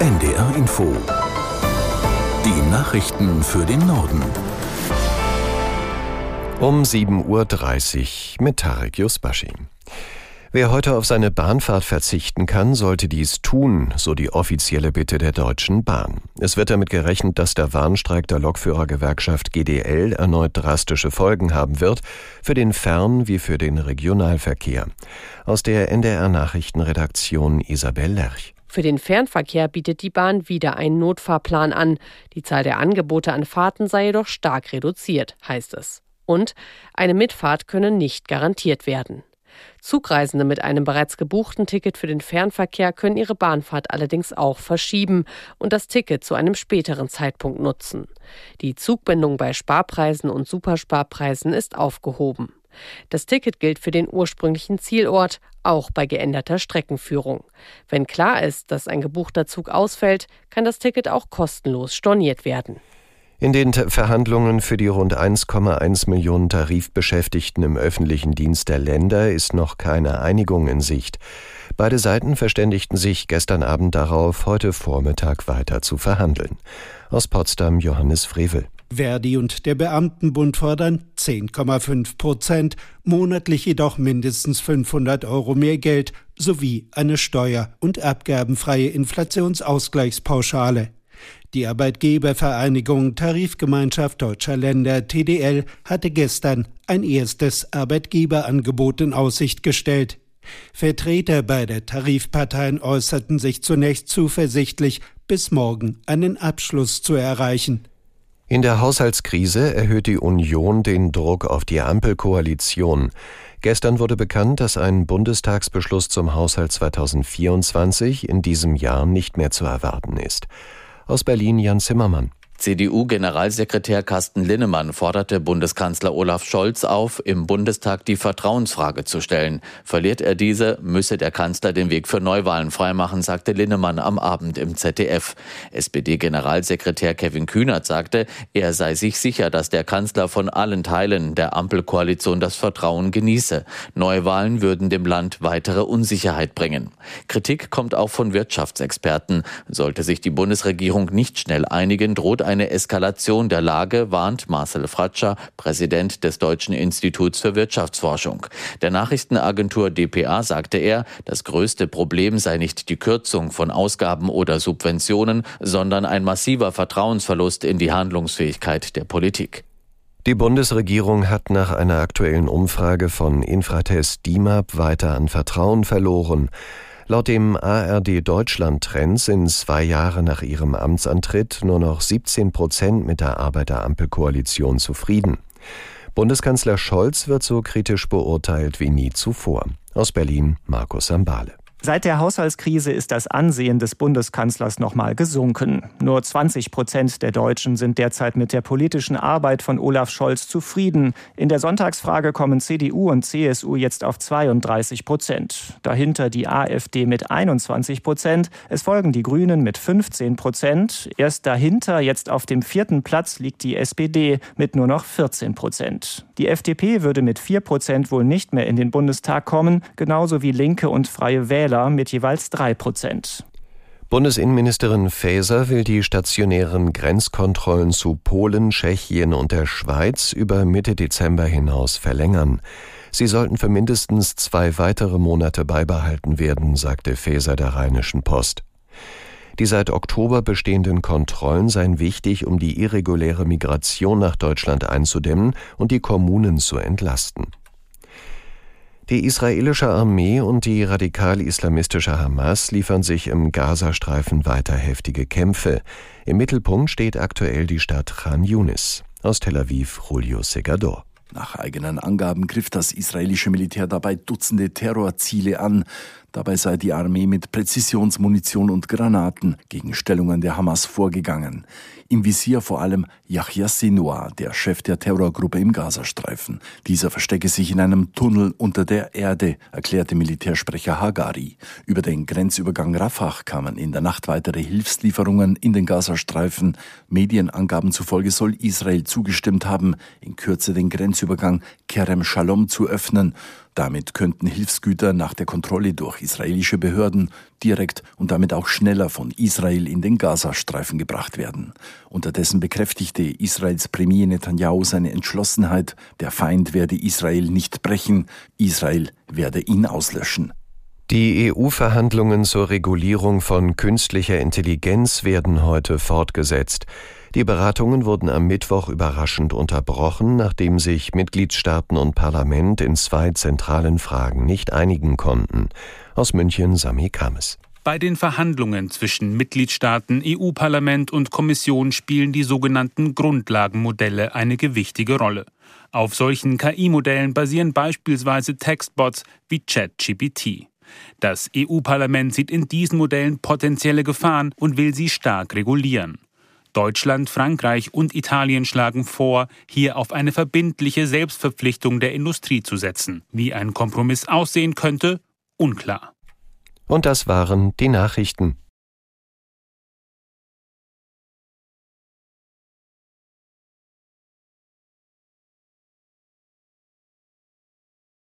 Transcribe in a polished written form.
NDR Info. Die Nachrichten für den Norden. Um 7.30 Uhr mit Tarek Yusbashi. Wer heute auf seine Bahnfahrt verzichten kann, sollte dies tun, so die offizielle Bitte der Deutschen Bahn. Es wird damit gerechnet, dass der Warnstreik der Lokführergewerkschaft GDL erneut drastische Folgen haben wird, für den Fern- wie für den Regionalverkehr. Aus der NDR-Nachrichtenredaktion Isabel Lerch. Für den Fernverkehr bietet die Bahn wieder einen Notfahrplan an. Die Zahl der Angebote an Fahrten sei jedoch stark reduziert, heißt es. Und eine Mitfahrt könne nicht garantiert werden. Zugreisende mit einem bereits gebuchten Ticket für den Fernverkehr können ihre Bahnfahrt allerdings auch verschieben und das Ticket zu einem späteren Zeitpunkt nutzen. Die Zugbindung bei Sparpreisen und Supersparpreisen ist aufgehoben. Das Ticket gilt für den ursprünglichen Zielort, auch bei geänderter Streckenführung. Wenn klar ist, dass ein gebuchter Zug ausfällt, kann das Ticket auch kostenlos storniert werden. In den Verhandlungen für die rund 1,1 Millionen Tarifbeschäftigten im öffentlichen Dienst der Länder ist noch keine Einigung in Sicht. Beide Seiten verständigten sich gestern Abend darauf, heute Vormittag weiter zu verhandeln. Aus Potsdam Johannes Frevel. Verdi und der Beamtenbund fordern 10,5%, monatlich jedoch mindestens 500 € mehr Geld sowie eine steuer- und abgabenfreie Inflationsausgleichspauschale. Die Arbeitgebervereinigung Tarifgemeinschaft Deutscher Länder TDL hatte gestern ein erstes Arbeitgeberangebot in Aussicht gestellt. Vertreter beider Tarifparteien äußerten sich zunächst zuversichtlich, bis morgen einen Abschluss zu erreichen. In der Haushaltskrise erhöht die Union den Druck auf die Ampelkoalition. Gestern wurde bekannt, dass ein Bundestagsbeschluss zum Haushalt 2024 in diesem Jahr nicht mehr zu erwarten ist. Aus Berlin Jan Zimmermann. CDU-Generalsekretär Carsten Linnemann forderte Bundeskanzler Olaf Scholz auf, im Bundestag die Vertrauensfrage zu stellen. Verliert er diese, müsse der Kanzler den Weg für Neuwahlen freimachen, sagte Linnemann am Abend im ZDF. SPD-Generalsekretär Kevin Kühnert sagte, er sei sich sicher, dass der Kanzler von allen Teilen der Ampelkoalition das Vertrauen genieße. Neuwahlen würden dem Land weitere Unsicherheit bringen. Kritik kommt auch von Wirtschaftsexperten. Sollte sich die Bundesregierung nicht schnell einigen, droht eine Eskalation der Lage, warnt Marcel Fratscher, Präsident des Deutschen Instituts für Wirtschaftsforschung. Der Nachrichtenagentur dpa sagte er, das größte Problem sei nicht die Kürzung von Ausgaben oder Subventionen, sondern ein massiver Vertrauensverlust in die Handlungsfähigkeit der Politik. Die Bundesregierung hat nach einer aktuellen Umfrage von Infratest DIMAP weiter an Vertrauen verloren. Laut dem ARD-Deutschland-Trend sind 2 Jahre nach ihrem Amtsantritt nur noch 17% mit der Arbeiter-Ampel-Koalition zufrieden. Bundeskanzler Scholz wird so kritisch beurteilt wie nie zuvor. Aus Berlin Markus Sambale. Seit der Haushaltskrise ist das Ansehen des Bundeskanzlers nochmal gesunken. Nur 20% der Deutschen sind derzeit mit der politischen Arbeit von Olaf Scholz zufrieden. In der Sonntagsfrage kommen CDU und CSU jetzt auf 32%. Dahinter die AfD mit 21%. Es folgen die Grünen mit 15%. Erst dahinter, jetzt auf dem 4. Platz, liegt die SPD mit nur noch 14%. Die FDP würde mit 4% wohl nicht mehr in den Bundestag kommen, genauso wie Linke und Freie Wähler mit jeweils 3%. Bundesinnenministerin Faeser will die stationären Grenzkontrollen zu Polen, Tschechien und der Schweiz über Mitte Dezember hinaus verlängern. Sie sollten für mindestens 2 weitere Monate beibehalten werden, sagte Faeser der Rheinischen Post. Die seit Oktober bestehenden Kontrollen seien wichtig, um die irreguläre Migration nach Deutschland einzudämmen und die Kommunen zu entlasten. Die israelische Armee und die radikal-islamistische Hamas liefern sich im Gazastreifen weiter heftige Kämpfe. Im Mittelpunkt steht aktuell die Stadt Khan Yunis. Aus Tel Aviv Julio Segador. Nach eigenen Angaben griff das israelische Militär dabei Dutzende Terrorziele an. Dabei sei die Armee mit Präzisionsmunition und Granaten gegen Stellungen der Hamas vorgegangen. Im Visier vor allem Yahya Sinwar, der Chef der Terrorgruppe im Gazastreifen. Dieser verstecke sich in einem Tunnel unter der Erde, erklärte Militärsprecher Hagari. Über den Grenzübergang Rafah kamen in der Nacht weitere Hilfslieferungen in den Gazastreifen. Medienangaben zufolge soll Israel zugestimmt haben, in Kürze den Grenzübergang Kerem Shalom zu öffnen. Damit könnten Hilfsgüter nach der Kontrolle durch israelische Behörden direkt und damit auch schneller von Israel in den Gazastreifen gebracht werden. Unterdessen bekräftigte Israels Premier Netanyahu seine Entschlossenheit, der Feind werde Israel nicht brechen, Israel werde ihn auslöschen. Die EU-Verhandlungen zur Regulierung von künstlicher Intelligenz werden heute fortgesetzt. Die Beratungen wurden am Mittwoch überraschend unterbrochen, nachdem sich Mitgliedstaaten und Parlament in 2 zentralen Fragen nicht einigen konnten. Aus München Sami Kames. Bei den Verhandlungen zwischen Mitgliedstaaten, EU-Parlament und Kommission spielen die sogenannten Grundlagenmodelle eine gewichtige Rolle. Auf solchen KI-Modellen basieren beispielsweise Textbots wie ChatGPT. Das EU-Parlament sieht in diesen Modellen potenzielle Gefahren und will sie stark regulieren. Deutschland, Frankreich und Italien schlagen vor, hier auf eine verbindliche Selbstverpflichtung der Industrie zu setzen. Wie ein Kompromiss aussehen könnte, unklar. Und das waren die Nachrichten.